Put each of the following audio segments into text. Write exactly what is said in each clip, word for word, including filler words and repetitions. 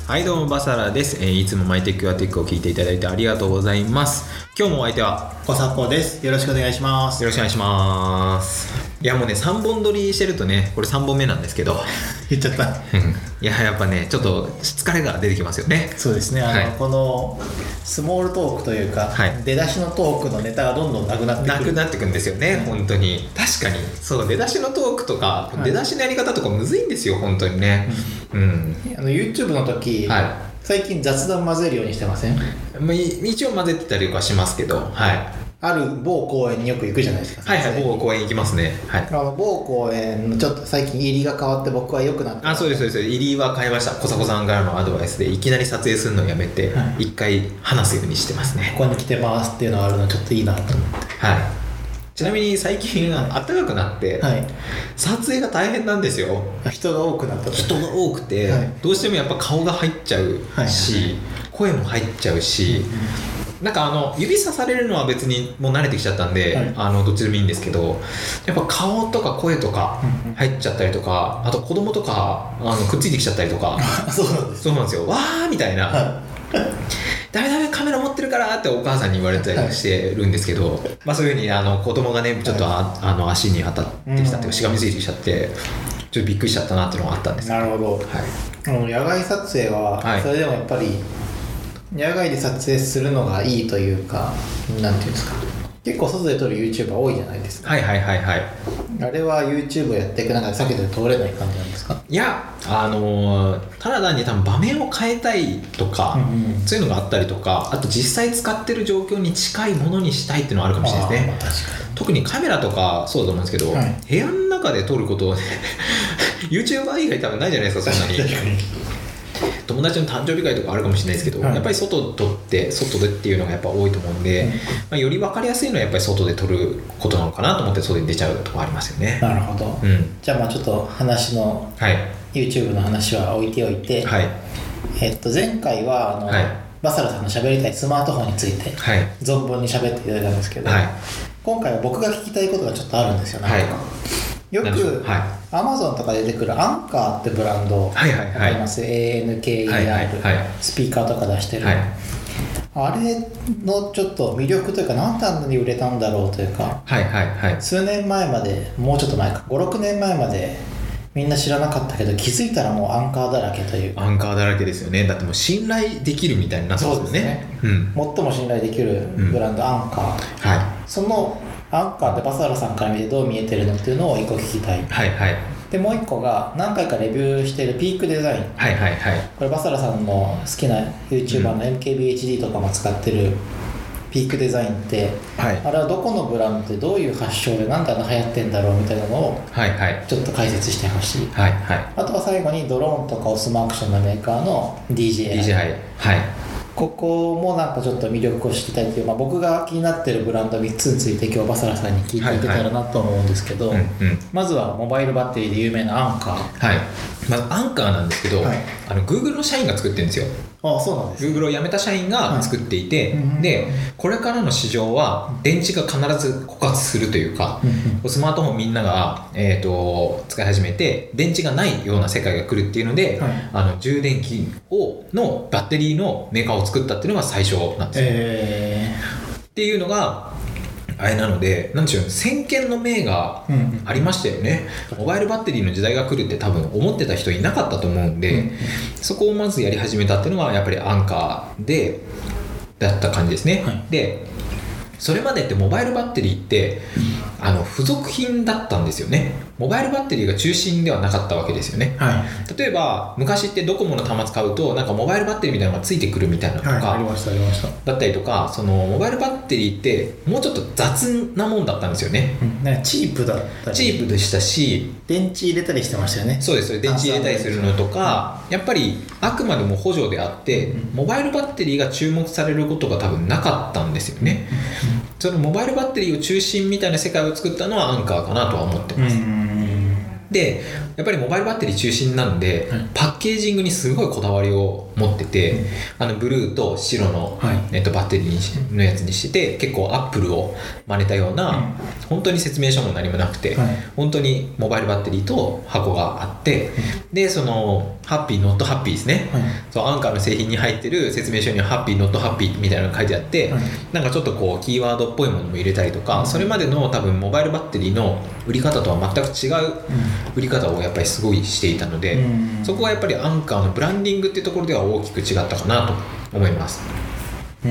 はいどうもバサラです、えー、いつもマイテックアテックを聞いていただいてありがとうございます。今日もお相手は小佐子です。よろしくお願いします。 よろしくお願いします。いやもうねさんぼん撮りしてるとね、これさんぼんめなんですけど言っちゃったいややっぱねちょっと疲れが出てきますよね。 そうですね、あの、 はい、 このスモールトークというか、はい、出だしのトークのネタがどんどんなくなってくるなくなってくんですよね、うん、本当に確かにそう出だしのトークとか、はい、出だしのやり方とかむずいんですよ本当にね、うんうん、 あの YouTube の時、はい、最近雑談混ぜるようにしてません？ まあ、一応混ぜてたりとかしますけど、はい、 ある某公園によく行くじゃないですか。 はいはい、某公園行きますね。はい。 あの某公園のちょっと最近入りが変わって僕は良くなって。 あ、そうですそうです。入りは変えました。小佐子さんからのアドバイスでいきなり撮影するのをやめて、はい、一回話すようにしてますね。 ここに来てますっていうのがあるのちょっといいなと思って。 はい。ちなみに最近暖かくなって、はい、撮影が大変なんですよ。 人が多くなった。 人が多くて、はい、どうしてもやっぱ顔が入っちゃうし、はい、声も入っちゃうし。うん、なんかあの指さされるのは別にもう慣れてきちゃったんで、はい、あのどっちでもいいんですけど、やっぱ顔とか声とか入っちゃったりとか、あと子供とかあのくっついてきちゃったりとかそうなんです。 そうなんですよ。わーみたいな、はい、ダメダメカメラ持ってるからってお母さんに言われたりしてるんですけど、はい、まあそういう風にあの子供がねちょっと あ,、はい、あの足に当たってきたっていうかしがみついてきちゃってちょっとびっくりしちゃったなっていうのがあったんです。 なるほど、はい、あの野外撮影はそれでもやっぱり、はい、野外で撮影するのがいいというか、なんていうんですか、結構外で撮る YouTuber 多いじゃないですか。 はいはいはいはい。 あれは YouTube をやっていく中で避けて通れない感じなんですか？ いや、あのー、ただ単に多分場面を変えたいとか、うんうん、そういうのがあったりとか、あと実際使ってる状況に近いものにしたいっていうのはあるかもしれないですね。 まあ、確かに特にカメラとかそうだと思うんですけど、はい、部屋の中で撮ることをねYouTuber 以外多分ないじゃないですか、そんなに。友達の誕生日会とかあるかもしれないですけど、はい、やっぱり外撮って外でっていうのがやっぱ多いと思うんで、うん、まあ、より分かりやすいのはやっぱり外で撮ることなのかなと思って外に出ちゃうところありますよね。 なるほど、うん、じゃあまあちょっと話の、はい、YouTube の話は置いておいて、はい、えっと前回はあの、はい、バサラさんの喋りたいスマートフォンについて、はい、存分に喋っていただいたんですけど、はい、今回は僕が聞きたいことがちょっとあるんですよ。なんか、はい、よく、はい、Amazon とかで出てくるアンカーってブランドわかります？ エーエヌケーイーアール、はいはいはい、スピーカーとか出してる、はい、あれのちょっと魅力というか、なんであんなに売れたんだろうというか、はいはいはい、数年前まで、もうちょっと前かごろくねんまえまでみんな知らなかったけど、気づいたらもうアンカーだらけというか、 アンカーだらけですよね。だってもう信頼できるみたいになってますよね。そうですね、 うん、最も信頼できるブランド、うん、アンカー、はい、そのアンカーってバサラさんから見てどう見えてるのっていうのを一個聞きたい。はいはい。でもう一個が何回かレビューしているピークデザイン。はいはいはい。これバサラさんの好きな YouTuber の エムケービーエイチディー とかも使ってるピークデザインって、はい、あれはどこのブランドでどういう発祥でなんであの流行ってんだろうみたいなのをちょっと解説してほしい。はいはい。あとは最後にドローンとかオスモアクションのメーカーの ディージェーアイ。ディージェーアイ。はい。ここもなんかちょっと魅力を知りたいという、まあ、僕が気になってるブランドみっつについて今日バサラさんに聞いていけたらなと思うんですけど、はいはい、うんうん、まずはモバイルバッテリーで有名なアンカー。はい、 まあ、アンカーなんですけど、はい、あの Google の社員が作ってるんですよ。 ああ、そうなんです。 Google を辞めた社員が作っていて、はい、でこれからの市場は電池が必ず枯渇するというか、うん、スマートフォンみんなが、えー、と使い始めて電池がないような世界が来るっていうので、はい、あの充電器をのバッテリーのメーカーを作ったっていうのが最初なんですよ、えー、っていうのがあれなので、なんでしょう、先見の明がありましたよね、うんうん、モバイルバッテリーの時代が来るって多分思ってた人いなかったと思うんで、うんうん、そこをまずやり始めたっていうのはやっぱりアンカーでだった感じですね、はい、でそれまでってモバイルバッテリーってあの付属品だったんですよね。モバイルバッテリーが中心ではなかったわけですよね、はい、例えば昔ってドコモの端末買うとなんかモバイルバッテリーみたいなのがついてくるみたいなのとか、はい、ありましたありましただったりとか、そのモバイルバッテリーってもうちょっと雑なもんだったんですよね、 うん、なんかチープだったりチープでしたし、 電池入れたりしてましたよね。 そうです電池入れたりするのとか、やっぱりあくまでも補助であって、うん、モバイルバッテリーが注目されることが多分なかったんですよね、うんうん、そのモバイルバッテリーを中心みたいな世界を作ったのはアンカーかなとは思ってます。うんでやっぱりモバイルバッテリー中心なので、はい、パッケージングにすごいこだわりを持ってて、うん、あのブルーと白の、はい、えっと、バッテリーのやつにして結構アップルを真似たような、うん、本当に説明書も何もなくて、はい、本当にモバイルバッテリーと箱があって、うん、でそのハッピーノットハッピーですね、はい、そうアンカーの製品に入ってる説明書にはハッピーノットハッピーみたいなのが書いてあって、はい、なんかちょっとこうキーワードっぽいものも入れたりとか、うん、それまでの多分モバイルバッテリーの売り方とは全く違う売り方をやっぱりすごいしていたので、うん、そこはやっぱりアンカーのブランディングっていうところでは大きく違ったかなと思います。うん、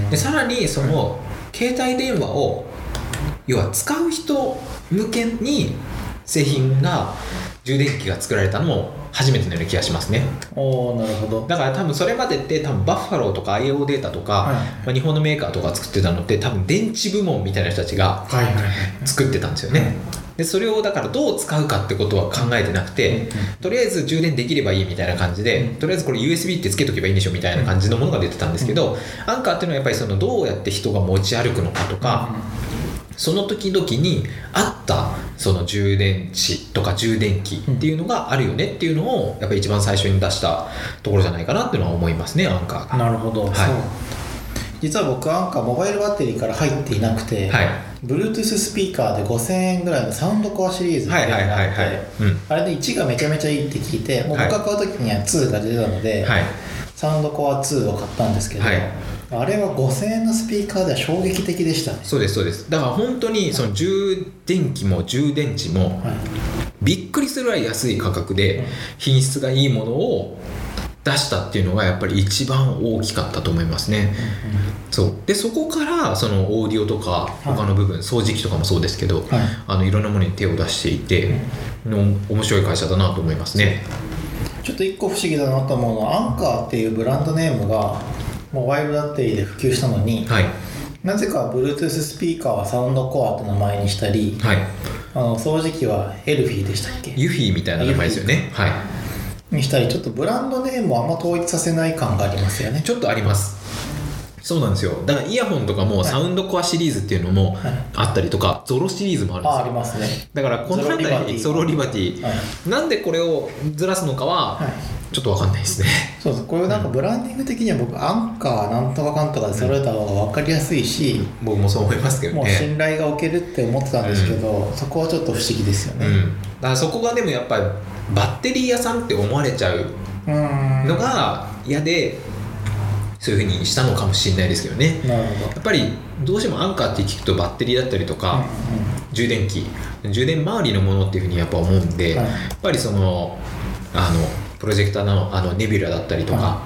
でさらにその携帯電話を要は使う人向けに製品が充電器が作られたのも初めてのような気がしますね。 おー、なるほど。 だから多分それまでって多分バッファローとか アイオー データとか、はい、まあ、日本のメーカーとか作ってたのって多分電池部門みたいな人たちが作ってたんですよね、はいはいはい、でそれをだからどう使うかってことは考えてなくて、うんうん、とりあえず充電できればいいみたいな感じで、うん、とりあえずこれ ユーエスビー ってつけとけばいいんでしょみたいな感じのものが出てたんですけど、うん、アンカーっていうのはやっぱりそのどうやって人が持ち歩くのかとか、うん、その時々に合ったその充電池とか充電器っていうのがあるよねっていうのをやっぱり一番最初に出したところじゃないかなっていうのは思いますね、アンカーが。 なるほど、はい、そう実は僕アンカーモバイルバッテリーから入っていなくて、はい、Bluetooth スピーカーでごせんえんぐらいのサウンドコアシリーズっていうのがあって、あれでいちがめちゃめちゃいいって聞いて、もう僕が買う時にはにが出てたので、はい、サウンドコアにを買ったんですけど、はい、あれはごせんえんのスピーカーでは衝撃的でしたね。 そうですそうです。だから本当にその充電器も充電池もびっくりするぐらい安い価格で品質がいいものを出したっていうのがやっぱり一番大きかったと思いますね、うんうん、そうでそこからそのオーディオとか他の部分、はい、掃除機とかもそうですけど、はい、あのいろんなものに手を出していて、うん、面白い会社だなと思いますね。 ちょっと一個不思議だなと思うのは、アンカーっていうブランドネームがモバイルバッテリーで普及したのに、はい、なぜか Bluetooth スピーカーはサウンドコアって名前にしたり、はい、あの掃除機はエルフィーでしたっけ、 ユフィーみたいな名前ですよね、はい、 にしたり、ちょっとブランドネームをあんま統一させない感がありますよね。 ちょっとあります。そうなんですよ。だからイヤホンとかもサウンドコアシリーズっていうのもあったりとか、はい、ゾロシリーズもあるんですよ。 あ、ありますね。 だからこの辺りゾロリバティ、はい、なんでこれをずらすのかはちょっと分かんないですね。 そうそう、これなんかブランディング的には僕アンカーなんとかかんとかで揃えた方が分かりやすいし、 うん、僕もそう思いますけどね。 もう信頼が置けるって思ってたんですけど、うん、そこはちょっと不思議ですよね、うん、 だからそこがでもやっぱりバッテリー屋さんって思われちゃうのが嫌でそういう風にしたのかもしれないですけどね。 なるほど。 やっぱりどうしてもアンカーって聞くとバッテリーだったりとか、うんうん、充電器充電周りのものっていう風にやっぱ思うんで、はい、やっぱりそのあのプロジェクター の, あのネビュラだったりとか、はい、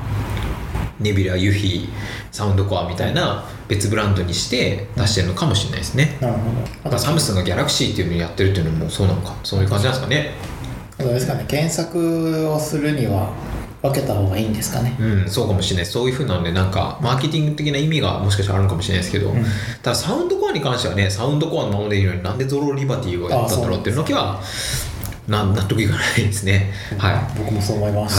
ネビュラ、ユフィ、サウンドコアみたいな別ブランドにして出してるのかもしれないですね。 なるほど。 あとサムスンがギャラクシーっていうのをやってるっていうのもそうなのか、そういう感じなんですかね。 どうですかね、検索をするには分けた方がいいんですかね。 うん、そうかもしれない。そういう風なのでなんかマーケティング的な意味がもしかしたらあるのかもしれないですけど、うん、ただサウンドコアに関してはね、サウンドコアのままでいいのになんでゾロリバティをやったんだろうっていうのだけは納得いかないですね、はい、 僕もそう思います、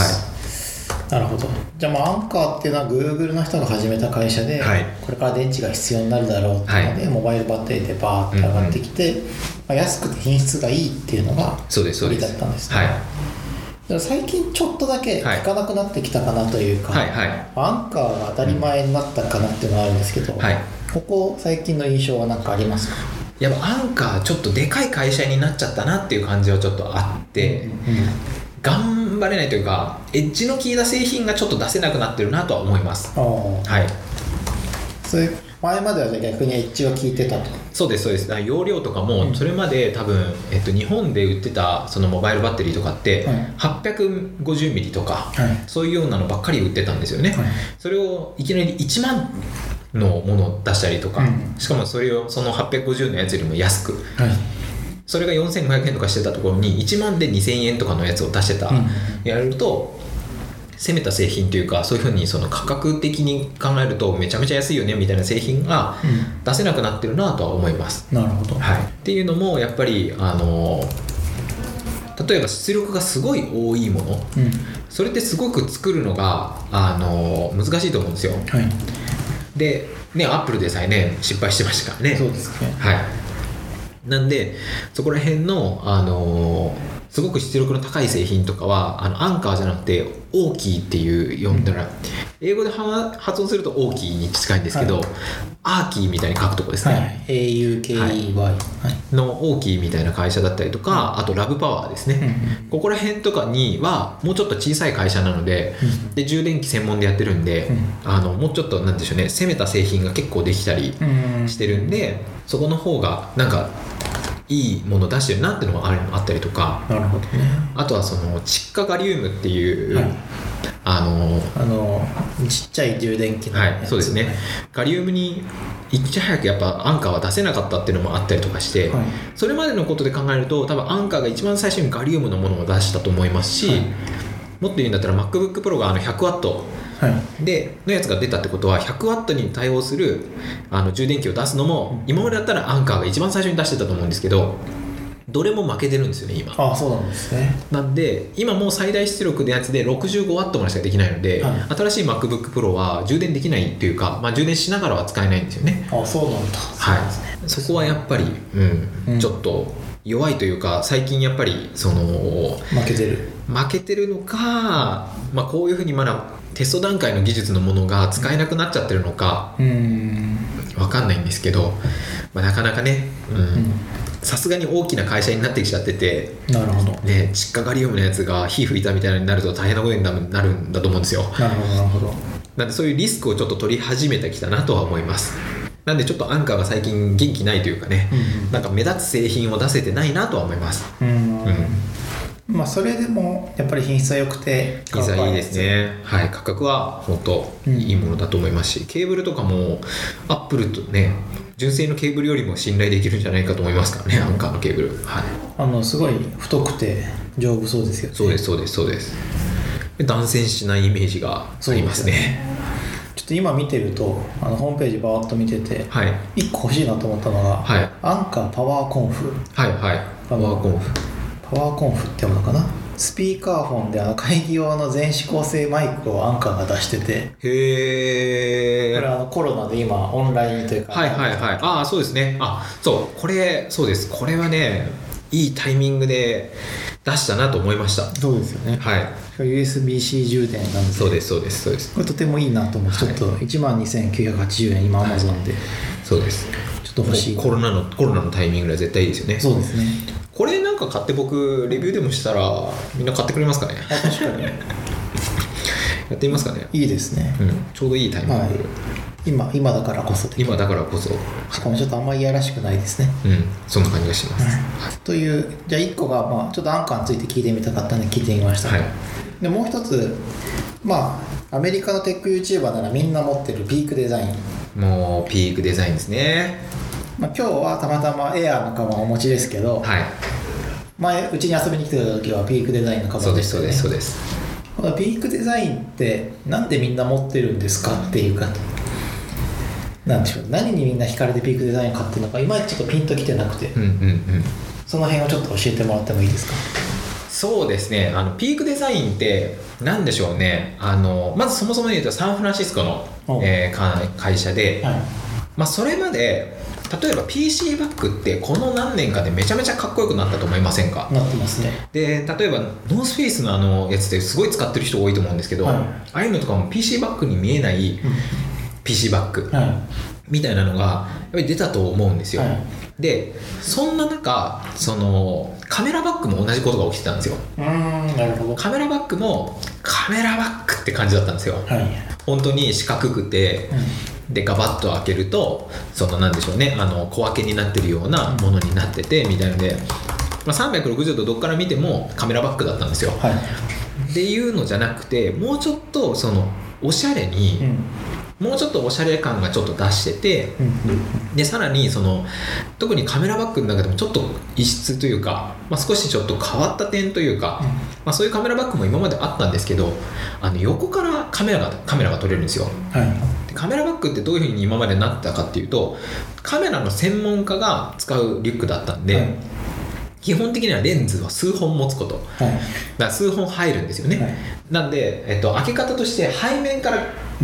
はい、なるほど。じゃあ、まあアンカーっていうのは Google の人が始めた会社で、はい、これから電池が必要になるだろうっていうので、はい、モバイルバッテリーでバーって上がってきて、うんうん、まあ、安くて品質がいいっていうのが売りだったんですね。はい、最近ちょっとだけ聞かなくなってきたかなというか、はいはいはい、アンカーが当たり前になったかなっていうのはあるんですけど、はい、ここ最近の印象は何かありますか？ やっぱアンカーちょっとでかい会社になっちゃったなっていう感じはちょっとあって、うんうん、頑張れないというかエッジの効いた製品がちょっと出せなくなってるなとは思います。はい、 それ前までは逆にエッジが効いてたと。 そうですそうです。容量とかもそれまで多分、えっと、日本で売ってたそのモバイルバッテリーとかってはっぴゃくごじゅうミリとか、はい、そういうようなのばっかり売ってたんですよね、はい、それをいきなりいちまんのものを出したりとか、うん、しかもそれをそのはっぴゃくごじゅうのやつよりも安く、はい、それがよんせんごひゃくえんとかしてたところにいちまんでにせんえんとかのやつを出してた、うん、やると攻めた製品というかそういう風にその価格的に考えるとめちゃめちゃ安いよねみたいな製品が出せなくなってるなとは思います、 うん、なるほど、 はい、っていうのもやっぱりあの例えば出力がすごい多いもの、うん、それってすごく作るのがあの難しいと思うんですよ、はい、でね、アップルでさえね失敗してましたからね。 そうですね、 はい、 なんでそこら辺の、あのー、すごく出力の高い製品とかはあのアンカーじゃなくてオーキーっていう読んだら、うん、英語で発音するとオーキーに近いんですけど、はい、アーキーみたいに書くとこですね、はい、 エーユーケーイーワイ、はい、 のオーキーみたいな会社だったりとか、あとラブパワーですね、うん、ここら辺とかにはもうちょっと小さい会社なので、うん、で充電器専門でやってるんで、うん、あのもうちょっとなんでしょうね、攻めた製品が結構できたりしてるんで、うん、そこの方がなんかいいもの出してるなっていうのがあったりとか、 なるほどね、 あとはその窒化ガリウムっていう、はい、あのあのちっちゃい充電器のやつ、はい、そうですね、ガリウムにいち早くやっぱアンカーは出せなかったっていうのもあったりとかして、はい、それまでのことで考えると多分アンカーが一番最初にガリウムのものを出したと思いますし、はい、もっと言うんだったら MacBook Pro があの ひゃくワットはい、でのやつが出たってことは ひゃくワット に対応するあの充電器を出すのも今までだったらアンカーが一番最初に出してたと思うんですけど、どれも負けてるんですよね今。 ああ、そうなんですね。 なんで今もう最大出力のやつで ろくじゅうごワット までしかできないので、はい、新しい MacBook Pro は充電できないっていうか、まあ、充電しながらは使えないんですよね。 ああ、そうなんだ。 はい、そこはやっぱり、うんうん、ちょっと弱いというか、最近やっぱりその負けてる負けてるのか、まあ、こういうふうにまだテスト段階の技術のものが使えなくなっちゃってるのか分かんないんですけど、まあ、なかなかねさすがに大きな会社になってきちゃってて、 なるほど、 ね、窒化ガリウムのやつが火吹いたみたいになると大変なことになるんだと思うんですよ。 なるほどなるほど。 なんでそういうリスクをちょっと取り始めてきたなとは思います。なんでちょっとアンカーが最近元気ないというかね、うんうん、なんか目立つ製品を出せてないなとは思います。うん、うん、 まあ、それでもやっぱり品質は良くて品質はいいですね、はい、価格は本当いいものだと思いますし、うん、ケーブルとかもアップルとね純正のケーブルよりも信頼できるんじゃないかと思いますからね、うん、アンカーのケーブル、はい、 あのすごい太くて丈夫そうですよね。 そうですそうですそうです。断線しないイメージがありますね。 ちょっと今見てるとあのホームページバーッと見てて、はい、いっこ欲しいなと思ったのが、はい、アンカーパワーコンフ、 はいはい、パワーコンフパワーコンフって読むのかな。スピーカーフォンであの会議用の全指向性マイクをアンカーが出してて、 へー、 これあのコロナで今オンラインというか、 はいはいはい、ああそうですね、あそうこれそうです、これはねいいタイミングで出したなと思いました。 そうですよね、 はい、 ユーエスビー-C 充電なんで、 そうですそうですそうです、 これとてもいいなと思って、はい、ちょっといちまんにせんきゅうひゃくはちじゅうえん今 Amazon で、はい、 そうです、 ちょっと欲しい。 コロナのコロナのタイミングでは絶対いいですよね。 そうですね。 これなんか買って僕レビューでもしたらみんな買ってくれますかね。 あ、確かにやってみますかね。 いいですね、 うん、ちょうどいいタイミング、はい、 今, 今だからこそ今だからこそしかもちょっとあんまりいやらしくないですね。 うん、そんな感じがします、はい、 というじゃあいっこが、まあ、ちょっとアンカーについて聞いてみたかったので聞いてみました、はい、でもう一つ、まあアメリカのテック YouTuber ならみんな持ってるピークデザイン、 もうピークデザインですね。 まあ、今日はたまたまエアーのカバンをお持ちですけど、はい、前うちに遊びに来てた時はピークデザインのカバンでしたよね。 そうですそうですそうです。ピークデザインってなんでみんな持ってるんですかっていうか、なんでしょう、何にみんな惹かれてピークデザインを買ってるのかいまいちちょっとピンときてなくて、うんうんうん、その辺をちょっと教えてもらってもいいですか。 そうですね、あのピークデザインって何でしょうね、あのまずそもそも言うとサンフランシスコの、えー、会社で、はい、まあ、それまで例えば ピーシー バッグってこの何年かでめちゃめちゃかっこよくなったと思いませんか。 なってますね。 で例えばノースフェイスのあのやつってすごい使ってる人多いと思うんですけど、はい、ああいうのとかも ピーシー バッグに見えない ピーシー バッグ、はい、みたいなのがやっぱり出たと思うんですよ、はい、でそんな中そのカメラバッグも同じことが起きてたんですよ。 うーん、なるほど。 カメラバッグもカメラバッグって感じだったんですよ、はい、本当に四角くて、うん、でガバッと開けるとそのなんでしょうね、あの小分けになってるようなものになっててみたいなので、まあ、さんびゃくろくじゅうどどっから見てもカメラバッグだったんですよ、はい、っていうのじゃなくてもうちょっとそのおしゃれに、うん、もうちょっとおしゃれ感がちょっと出してて、うん、でさらにその特にカメラバッグの中でもちょっと異質というか、まあ、少しちょっと変わった点というか、うん、まあ、そういうカメラバッグも今まであったんですけど、あの横からカメラがカメラが撮れるんですよ、はい、でカメラバッグってどういう風に今までなったかっていうとカメラの専門家が使うリュックだったんで、はい、基本的にはレンズは数本持つこと、はい、だから数本入るんですよね、はい、なんで、えっと、開け方として背面から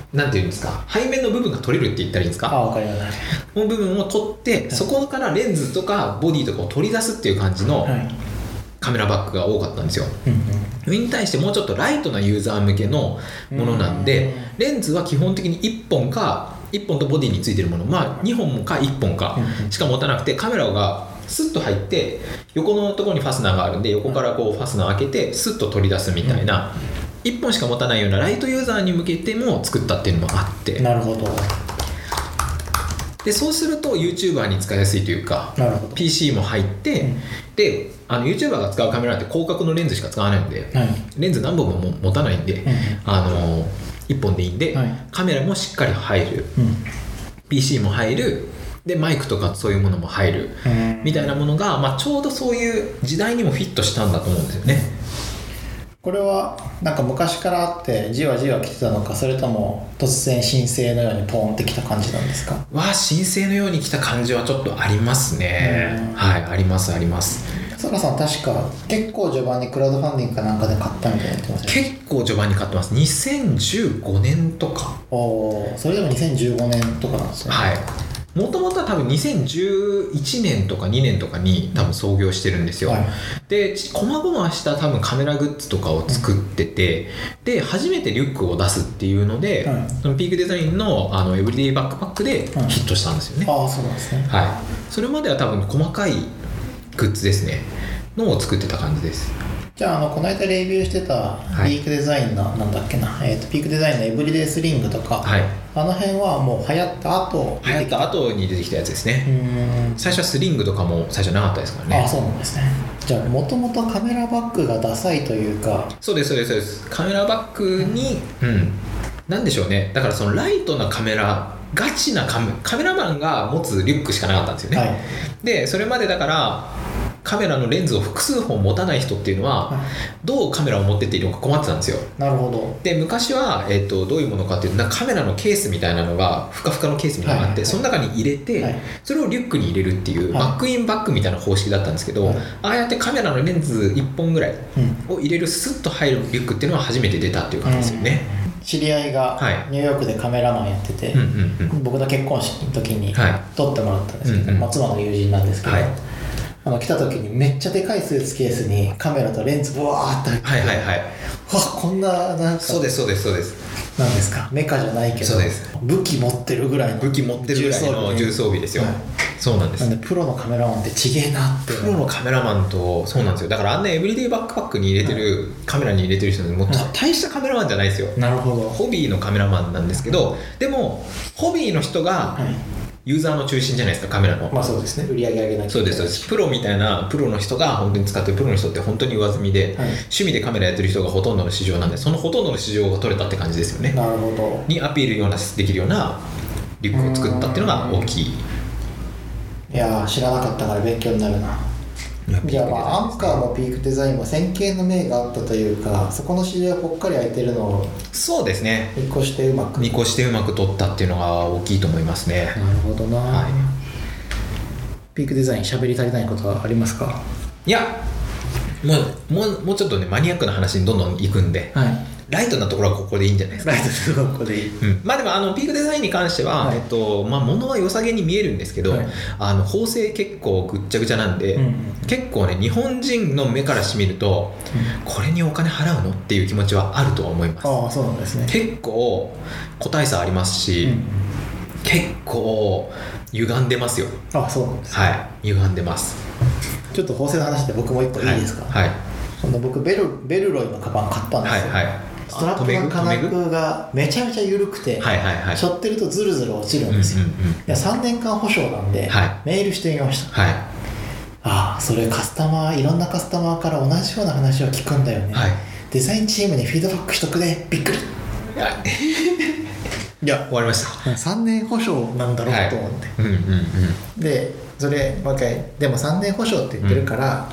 なんていうんですか、背面の部分が取れるって言ったらいいんですか。 あ、わかります。 この部分を取って、はい、そこからレンズとかボディとかを取り出すっていう感じのカメラバッグが多かったんですよ、うんうん、それに対してもうちょっとライトなユーザー向けのものなんで、レンズは基本的にいっぽんかいっぽんとボディについてるもの、まあにほんかいっぽんかしか持たなくて、カメラがスッと入って横のところにファスナーがあるんで、横からこうファスナーを開けてスッと取り出すみたいな、いっぽんしか持たないようなライトユーザーに向けても作ったっていうのもあって。 なるほど。 でそうすると YouTuber に使いやすいというか、 ピーシー も入って、うん、であの YouTuber が使うカメラって広角のレンズしか使わないんで、はい、レンズ何本も持たないんで、うん、あのいっぽんでいいんで、はい、カメラもしっかり入る、うん、ピーシー も入るでマイクとかそういうものも入る、うん、みたいなものが、まあ、ちょうどそういう時代にもフィットしたんだと思うんですよね。 これはなんか昔からあってじわじわ来てたのか、それとも突然新星のようにポーンってきた感じなんですか。 わあ、新星のように来た感じはちょっとありますね。はい、ありますあります。 佐賀さん確か結構序盤にクラウドファンディングかなんかで買ったみたいな言ってましたね。 結構序盤に買ってます。にせんじゅうごねんとか。 おお、それでもにせんじゅうごねんとかなんですね。 はい。もともとは多分にせんじゅういちねんとかにねんとかに多分創業してるんですよ、はい、で細々した多分カメラグッズとかを作ってて、うん、で初めてリュックを出すっていうので、はい、そのピークデザイン の, あのエブリデイバックパックでヒットしたんですよね、 うん、ああそうなんですね、 はい、それまでは多分細かいグッズですねのを作ってた感じです。 じゃあ、あのこの間レビューしてたピークデザインの、はい、なんだっけな、えーと、ピークデザインのエブリデイスリングとか、はい、あの辺はもう流行った後流行った後に出てきたやつですね。うん、最初はスリングとかも最初なかったですからね。 あ、そうなんですね。じゃあもともとカメラバッグがダサいというか。 そうですそうですそうです。カメラバッグに、うん、うん、なんでしょうね、だからそのライトなカメラ、ガチなカメ、カメラマンが持つリュックしかなかったんですよね、はい、でそれまでだからカメラのレンズを複数本持たない人っていうのは、はい、どうカメラを持ってっていいのか困ってたんですよ。 なるほど。 で昔は、えーと、どういうものかっていうと、なんかカメラのケースみたいなのがふかふかのケースみたいなのがあって、はい、その中に入れて、はい、それをリュックに入れるっていう、はい、バックインバックみたいな方式だったんですけど、はい、ああやってカメラのレンズいっぽんぐらいを入れるスッと入るリュックっていうのは初めて出たっていう感じですよね、 うん、知り合いがニューヨークでカメラマンやってて、はい、僕の結婚式の時に撮ってもらったんですけど、はい、まあ、妻の友人なんですけど、はい、あの来た時にめっちゃでかいスーツケースにカメラとレンズブワーって入ってて、はいはいはい、わこんななんかそうですそうですそうですなんですか、メカじゃないけどそうです武器持ってるぐらいの武器持ってるぐらいの重装備ですよ、はい、そうなんです。 なんでプロのカメラマンってちげえなって。 プロのカメラマンとそうなんですよ。だからあんなエブリデイバックパックに入れてる、はい、カメラに入れてる人でもう大したカメラマンじゃないですよ。 なるほど。 ホビーのカメラマンなんですけど、でもホビーの人が、はい、ユーザーの中心じゃないですか、カメラの。 まあそうですね、売り上げ上げなきゃいけない。 そうですそうです。プロみたいなプロの人が本当に使ってるプロの人って本当に上積みで、はい、趣味でカメラやってる人がほとんどの市場なんで、そのほとんどの市場が取れたって感じですよね。 なるほど。 にアピールようなできるようなリュックを作ったっていうのが大きい。 いやー、知らなかったから勉強になるな。じゃあ、まあ、アンカーもピークデザインも先見の明があったというか、そこの市場がぽっかり空いてるのをそうですね、 見越してうまく見越してうまく取ったっていうのが大きいと思いますね。 なるほどな、はい、ピークデザイン喋り足りないことはありますか？ いや、もう、もう、もうちょっとねマニアックな話にどんどん行くんで、はい、ライトなところはここでいいんじゃないですか。 ライトなところはここでいい、 うん、まあでもあのピークデザインに関しては、はい、えっとまあ、物は良さげに見えるんですけど、はい、あの縫製結構ぐっちゃぐちゃなんで、うんうん、結構ね日本人の目からしてみると、うん、これにお金払うのっていう気持ちはあるとは思います。 ああ、そうなんですね。 結構個体差ありますし、うんうん、結構歪んでますよ。 ああ、そうなんですね。 はい、歪んでます。 ちょっと縫製の話で僕も一個いいですか？はい、はい、その僕ベル、ベルロイのカバン買ったんですよ。はいはい、ストラップの金具がめちゃめちゃ緩くて、はいはいはい、背負ってるとズルズル落ちるんですよ、うんうんうん、いやさんねんかん保証なんで、はい、メールしてみました、はい、ああ、それカスタマーいろんなカスタマーから同じような話を聞くんだよね、はい、デザインチームにフィードバックしとくでびっくり。いやいや終わりました。 さんねん保証なんだろうと思って、はい、うんうんうん、でそれもう一回でもさんねん保証って言ってるから、うん、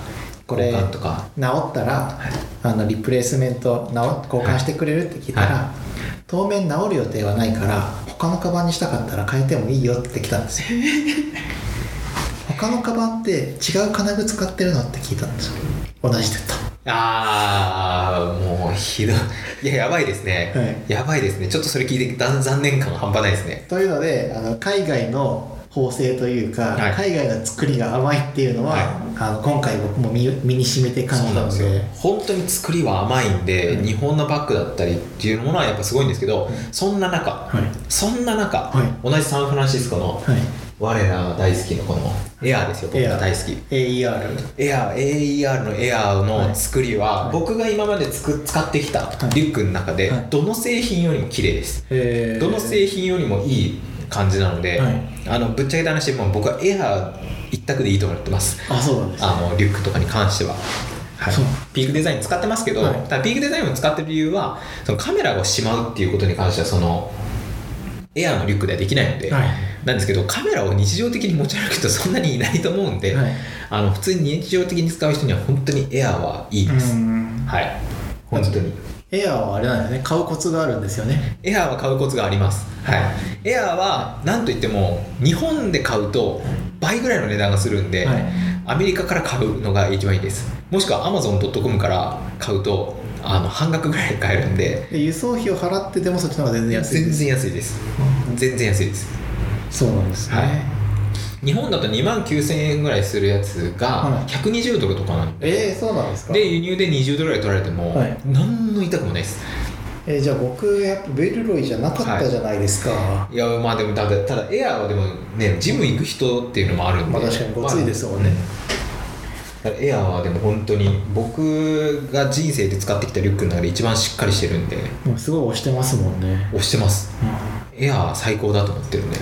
これ直ったら、はい、あのリプレイスメント直交換してくれるって聞いたら、はい、当面直る予定はないから他のカバンにしたかったら変えてもいいよって来たんですよ他のカバンって違う金具使ってるのって聞いたんですよ。同じだった。 あーもうひどい。いややばいですね、はい、やばいですね。ちょっとそれ聞いて残念感半端ないですね。 というのであの海外の縫製というか、はい、海外の作りが甘いっていうのは、はい、あの今回僕も 身, 身に染みて感じたの で, で本当に作りは甘いんで、うん、日本のバッグだったりっていうものはやっぱすごいんですけど、うん、そんな中、はい、そんな中、はい、同じサンフランシスコの、はい、我ら大好きのこのエアーですよ。僕が大好きエーイーアールエアー エーイーアール のエアーの作りは、はい、僕が今までつく使ってきたリュックの中で、はい、どの製品よりも綺麗です、はい、どの製品よりもいい感じなので、はい、あのぶっちゃけた話も僕はエアー一択でいいと思ってます。 あ、そうなんですね。 あのリュックとかに関しては、はい、ピークデザイン使ってますけど、はい、ただピークデザインを使ってる理由はそのカメラをしまうっていうことに関してはそのエアーのリュックではできないので、はい、なんですけどカメラを日常的に持ち歩く人そんなにいないと思うんで、はい、あの普通に日常的に使う人には本当にエアーはいいです。はい、本当にエアーはあれなんですね、買うコツがあるんですよね。 エアーは買うコツがあります、はい、エアーは何といっても日本で買うと倍ぐらいの値段がするんで、はい、アメリカから買うのが一番いいです。もしくは アマゾンドットコム から買うとあの半額ぐらいで買えるんで、 輸送費を払ってでもそっちの方が全然安いです。 全然安いです、うん、全然安いです。 そうなんですね、はい、 日本だとにまんきゅうせんえんぐらいするやつがひゃくにじゅうドルとかなんで、 はい、えー、そうなんですか。 で輸入でにじゅうドルぐらい取られても、はい、何の痛くもないです。 えー、じゃあ僕やっぱベルロイじゃなかったじゃないですか、 はい、いやまあでもただ、ただエアーはでもねジム行く人っていうのもあるんで、 まあ、確かにごついですもんね、 まあ、エアーはでも本当に僕が人生で使ってきたリュックの中で一番しっかりしてるんで、 もうすごい押してますもんね。 押してます、うん、エアー最高だと思ってるんで。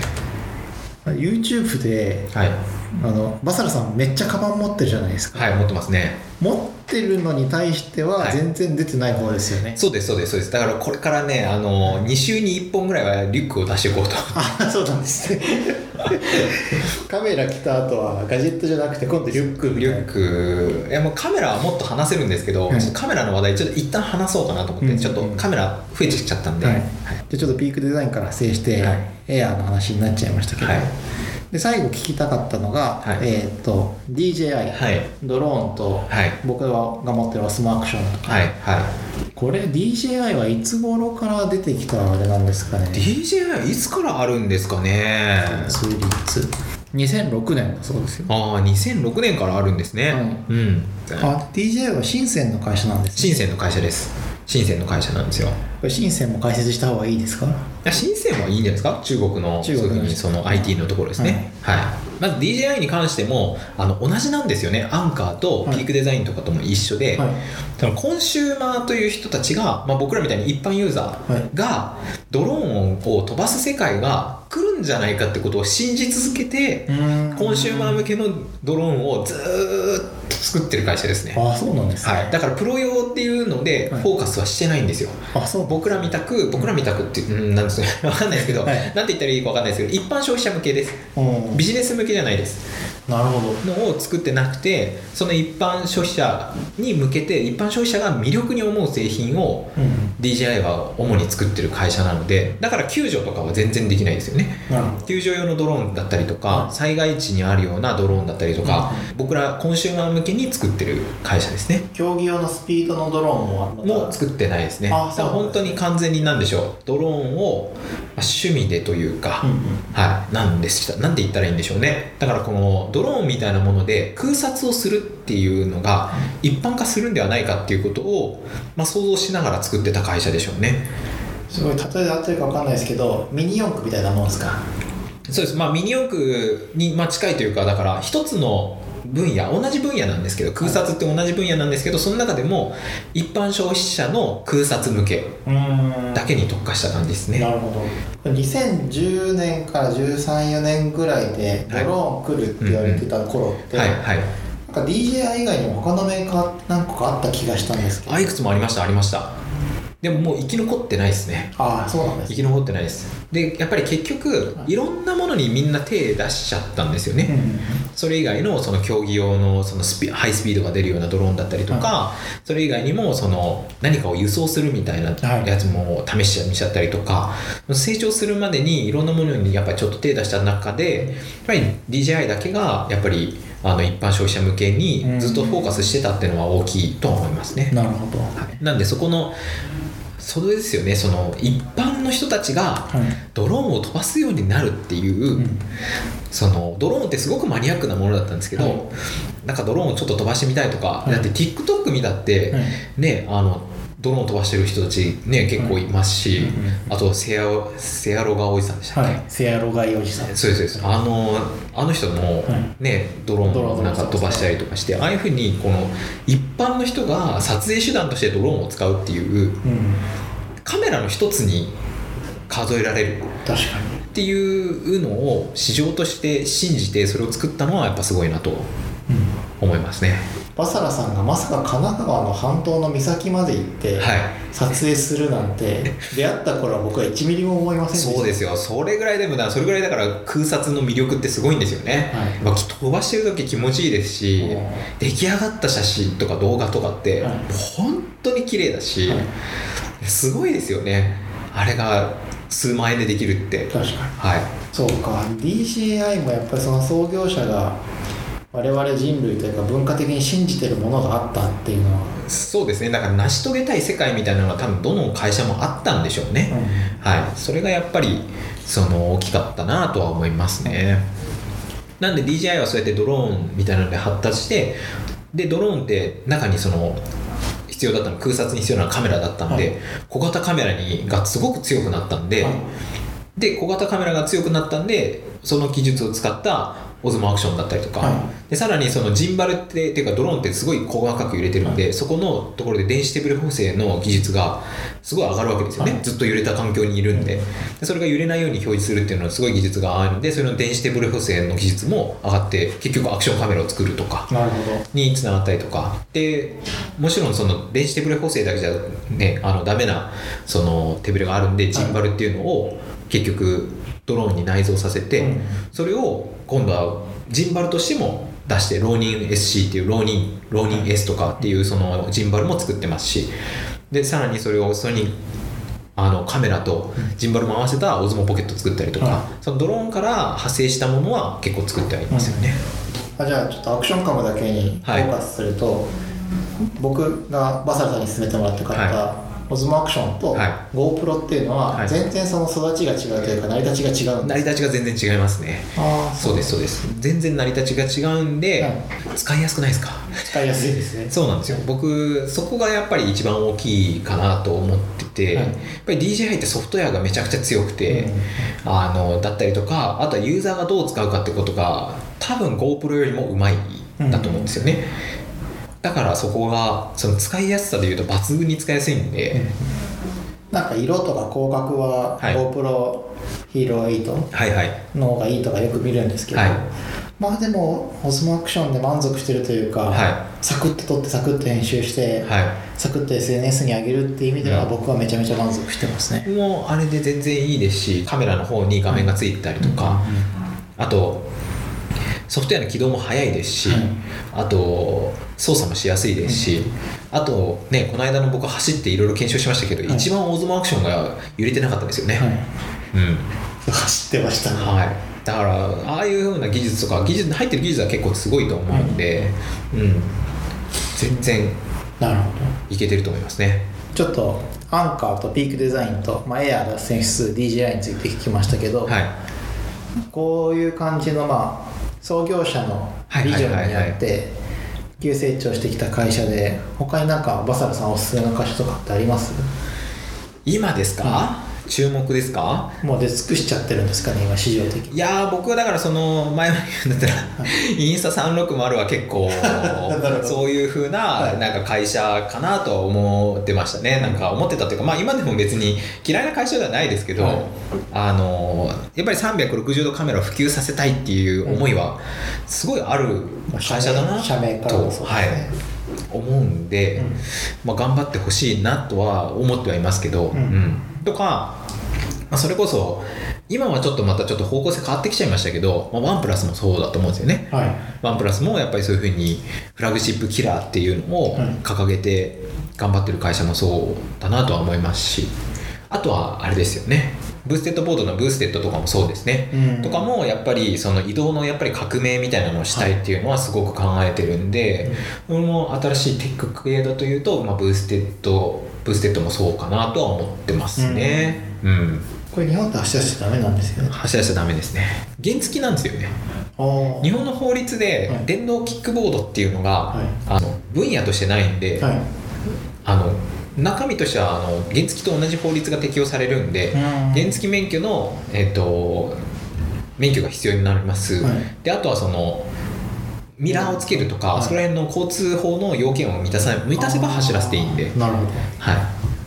YouTube で、はい、あのバサラさんめっちゃカバン持ってるじゃないですか。 はい、持ってますね。 持ってるのに対しては全然出てない方ですよね、はい、 そうですそうですそうです。だからこれからねあのに週にいっぽんぐらいはリュックを出していこうと。 あ、そうなんですねカメラ来た後はガジェットじゃなくて今度リュックみたいな。 リュック、いやもうカメラはもっと話せるんですけど、はい、カメラの話題ちょっと一旦話そうかなと思って、うん、ちょっとカメラ増えてきちゃったんで、はいはい、 でちょっとピークデザインから制して、はい、エアーの話になっちゃいましたけど、はい、で最後聞きたかったのが、はい、えー、と ディージェーアイ、はい、ドローンと、はい、僕が持ってるオスモアクションとか、はいはい、これ ディージェーアイ はいつ頃から出てきたあれなんですかね。 ディージェーアイ いつからあるんですかね。 設立にせんろくねんだそうですよ。 ああにせんろくねんからあるんですね、はい、うん、 あ ディージェーアイ は深センの会社なんですね。 深センの会社です。深センの会社なんですよ。これ深センも解説した方がいいですか。いや深センはいいんじゃないですか。中国の中国のその アイティー のところですね、はい、はい、まず ディージェーアイ に関してもあの同じなんですよね。アンカーとピークデザインとかとも一緒で、はいはい、ただコンシューマーという人たちが、まあ、僕らみたいに一般ユーザーがドローンを飛ばす世界が来るんじゃないかってことを信じ続けて、コンシューマー向けのドローンをずーっと作ってる会社ですね。 あ、そうなんですね、 はい、だからプロ用っていうのでフォーカスはしてないんですよ、はい、あ、そう僕らみたく僕らみたくって、うん、なんですね分かんないですけど、はい、なんて言ったらいいか分かんないですけど一般消費者向けです。ビジネス向けじゃないです。 なるほど。 のを作ってなくて、その一般消費者に向けて一般消費者が魅力に思う製品を ディージェーアイ は主に作ってる会社なので、だから救助とかは全然できないですよね。救助用のドローンだったりとか災害地にあるようなドローンだったりとか、僕らコンシューマー向けに作ってる会社ですね。 競技用のスピードのドローンもあるのかも作ってないですね。あ、そうなんです。だから本当に完全に何でしょう、ドローンを趣味でというか、うんうん、はい、なんですなんて言ったらいいんでしょうね。だからこのドローンみたいなもので空撮をするっていうのが一般化するんではないかっていうことを、まあ、想像しながら作ってた会社でしょうね。 すごい例えで合ってるか分かんないですけど、ミニ四駆みたいなもんですか。 そうです、まあ、ミニ四駆に、まあ、近いというか、だから一つの分野、同じ分野なんですけど、空撮って同じ分野なんですけど、その中でも一般消費者の空撮向けだけに特化した感じですね。 なるほど。にせんじゅうねんからじゅうさん、よねんぐらいでドローン来るって言われてた頃って、はい、うんうん、はいはい、なんか ディージェーアイ 以外にも他のメーカー何個かあった気がしたんですけど。 あ、いくつもありましたありました。でももう生き残ってないですね。 ああ、そうなんです、ね、 生き残ってないです。でやっぱり結局いろんなものにみんな手出しちゃったんですよね、うんうん、それ以外のその競技用のそのスピハイスピードが出るようなドローンだったりとか、はい、それ以外にもその何かを輸送するみたいなやつも試しちゃったりとか、はい、成長するまでにいろんなものにやっぱりちょっと手出した中でやっぱり ディージェーアイ だけがやっぱりあの一般消費者向けにずっとフォーカスしてたっていうのは大きいと思いますね。 なるほど、はい、 なんでそこのそれですよね、その一般の人たちがドローンを飛ばすようになるっていう、うん、そのドローンってすごくマニアックなものだったんですけど、はい、なんかドローンをちょっと飛ばしてみたいとか、はい、だって TikTok 見たって、はい、ね、あのドローン飛ばしてる人たちね結構いますし、はい、あとセアセアロガおじさんでしたっけ、はい、 セアロガおじさん、 そうですそうです、あのあの人もね、はい、ドローンなんか飛ばしたりとかして、ああいうふうにこの一般の人が撮影手段としてドローンを使うっていう、うん、カメラの一つに数えられるっていうのを市場として信じてそれを作ったのはやっぱすごいなと思いますね。 バサラさんがまさか神奈川の半島の岬まで行って撮影するなんて、はい、出会った頃は僕はいちミリも思いませんでした。 そうですよ、それぐらいでもだそれぐらいだから空撮の魅力ってすごいんですよね、はい、まあ、飛ばしてる時気持ちいいですし、出来上がった写真とか動画とかって本当に綺麗だし、はい、すごいですよね、あれが数万円でできるって。 確かに、 はい、 そうか。 ディージェーアイ もやっぱりその創業者が我々人類というか文化的に信じてるものがあったっていうのは、 そうですね、だから成し遂げたい世界みたいなのは多分どの会社もあったんでしょうね、うん、はい、それがやっぱりその大きかったなとは思いますね。なんで ディージェーアイ はそうやってドローンみたいなので発達して、でドローンって中にその必要だったの空撮に必要なカメラだったんで、はい、小型カメラにがすごく強くなったんで、はい、で小型カメラが強くなったんでその技術を使ったオズモアクションだったりとか、はい、でさらにそのジンバルってっていうかドローンってすごい細かく揺れてるんで、はい、そこのところで電子手ブレ補正の技術がすごい上がるわけですよね、はい、ずっと揺れた環境にいるんで、でそれが揺れないように表示するっていうのはすごい技術があるんで、それの電子手ブレ補正の技術も上がって結局アクションカメラを作るとかにつながったりとかで、もちろんその電子手ブレ補正だけじゃねあのダメなその手ブレがあるんで、ジンバルっていうのを結局ドローンに内蔵させて、うん、それを今度はジンバルとしても出して、ローニン エスシー っていうローニンローニン S とかっていうそのジンバルも作ってますし、でさらにそれをそれにあのカメラとジンバルも合わせたオズモポケット作ったりとか、はい、そのドローンから派生したものは結構作ってありますよね、 うん、あじゃあちょっとアクションカムだけにフォーカスすると、はい、僕がバサラさんに勧めてもらって買った、はい、オズモアクションと GoPro っていうのは全然その育ちが違うというか成り立ちが違うんです。 成り立ちが全然違いますね。ああ、そうですそうです。全然成り立ちが違うんで、はい、使いやすくないですか？ 使いやすいですね。 そうなんですよ。僕そこがやっぱり一番大きいかなと思ってて、はい、やっぱり ディージェーアイ ってソフトウェアがめちゃくちゃ強くて、うん、あのだったりとか、あとはユーザーがどう使うかってことが多分 GoPro よりもうまいだと思うんですよね。うんだからそこがその使いやすさでいうと抜群に使いやすいんで、うん、 なんか色とか光学は GoPro Hero エイトの方がいいとかよく見るんですけど、はい、まあでもオズモアクションで満足してるというか、はい、サクッと撮ってサクッと編集して、はい、サクッと エスエヌエス に上げるっていう意味では僕はめちゃめちゃ満足してますね。 もうあれで全然いいですし、カメラの方に画面がついてたりとか、うん、あとソフトウェアの起動も早いですし、はい、あと操作もしやすいですし、うん、あとねこの間の僕走っていろいろ検証しましたけど、はい、一番オズモアクションが揺れてなかったんですよね、はいうん、走ってましたね、 はい、だからああいう風な技術とか技術入ってる技術は結構すごいと思うんで、うんうん、全然いけてると思いますね。 ちょっとアンカーとピークデザインと、まあ、エアー脱線数 ディージェーアイ について聞きましたけど、はい、こういう感じのまあ創業者のビジョンにあって急成長してきた会社で、他になんかバサラさんおすすめの会社とかってあります？ 今ですか、うん、注目ですか？ もう出尽くしちゃってるんですかね今市場的に。 いや僕はだからその前も言うんだったらインスタさんろくまるは結構そういう風ななんか会社かなとは思ってましたね。なんか思ってたというか、まあ今でも別に嫌いな会社ではないですけど、はい、あのやっぱりさんびゃくろくじゅうどカメラを普及させたいっていう思いはすごいある会社だなと、 社名からもそうですね、はい思うんで、うんまあ、頑張ってほしいなとは思ってはいますけど、うんうん、とか、まあ、それこそ今はちょっとまたちょっと方向性変わってきちゃいましたけど、まあ、ワンプラスもそうだと思うんですよね、はい、ワンプラスもやっぱりそういう風にフラグシップキラーっていうのを掲げて頑張ってる会社もそうだなとは思いますし、あとはあれですよね、 ブーステッドボードのブーステッドとかもそうですね、うん、とかもやっぱりその移動のやっぱり革命みたいなのをしたいっていうのはすごく考えてるんで、はい、俺も新しいテック系だというと、まあ、ブーステッドブーステッドもそうかなとは思ってますね、うん、うん、 これ日本って走らせちゃダメなんですよね。 走らせちゃダメですね。原付なんですよね。日本の法律で電動キックボードっていうのが、はい、あの分野としてないんで、はい、あの中身としてはあの原付と同じ法律が適用されるんで、原付免許の、えー、と免許が必要になります、はい、であとはそのミラーをつけるとか、はい、そこら辺の交通法の要件を満たさ満たせば走らせていいんで。 なるほど、 はい、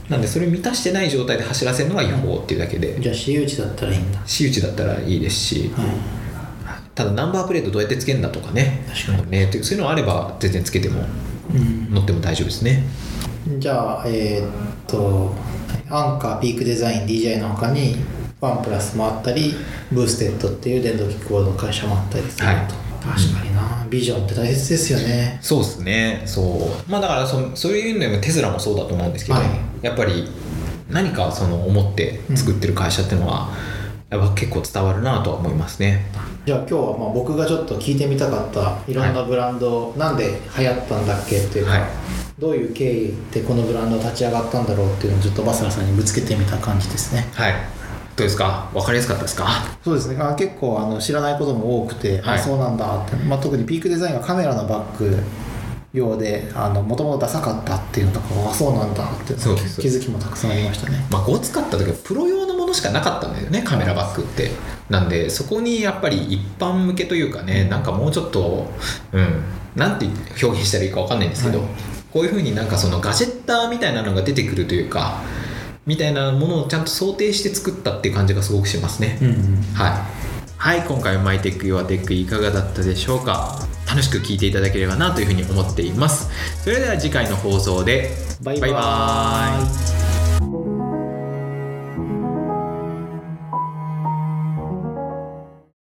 なんでそれを満たしてない状態で走らせるのが違法っていうだけで、 じゃあ私有地だったらいいんだ。 私有地だったらいいですし、はい、ただナンバープレートどうやってつけるんだとかね、 確かにね、そういうのあれば全然つけても、うん、乗っても大丈夫ですね。 じゃあえー、っとアンカー、ピークデザイン、ディージェー の他にワンプラスもあったり、ブーステッドっていう電動キックボードの会社もあったりすると、はい、確かにな、うん、ビジョンって大切ですよね。 そうですね。そうまあだから そ, そういうのもテスラもそうだと思うんですけど、はい、やっぱり何かその思って作ってる会社っていうのは、うん、やっぱ結構伝わるなとは思いますね。 じゃあ今日はまあ僕がちょっと聞いてみたかったいろんなブランド、はい、なんで流行ったんだっけっていうか、はい、どういう経緯でこのブランド立ち上がったんだろうっていうのをずっとバサラさんにぶつけてみた感じですね。 はい、どうですか、分かりやすかったですか？ そうですね、あ結構あの知らないことも多くて、はい、あそうなんだって、まあ、特にピークデザインがカメラのバッグ用でもともとダサかったっていうのとか、あそうなんだっていうの気づきもたくさんありましたね。 まあ、ご使った時はプロ用のものしかなかったんだよね、カメラバッグって。なんでそこにやっぱり一般向けというかね、なんかもうちょっと、うん、なんて表現したらいいか分かんないんですけど、はい、こういう風になんかそのガジェッターみたいなのが出てくるというかみたいなものをちゃんと想定して作ったっていう感じがすごくしますね、うんうん、はい、はい、今回マイテック・ユア・テックいかがだったでしょうか。楽しく聞いていただければなというふうに思っています。それでは次回の放送でバイバイ。バイバイ。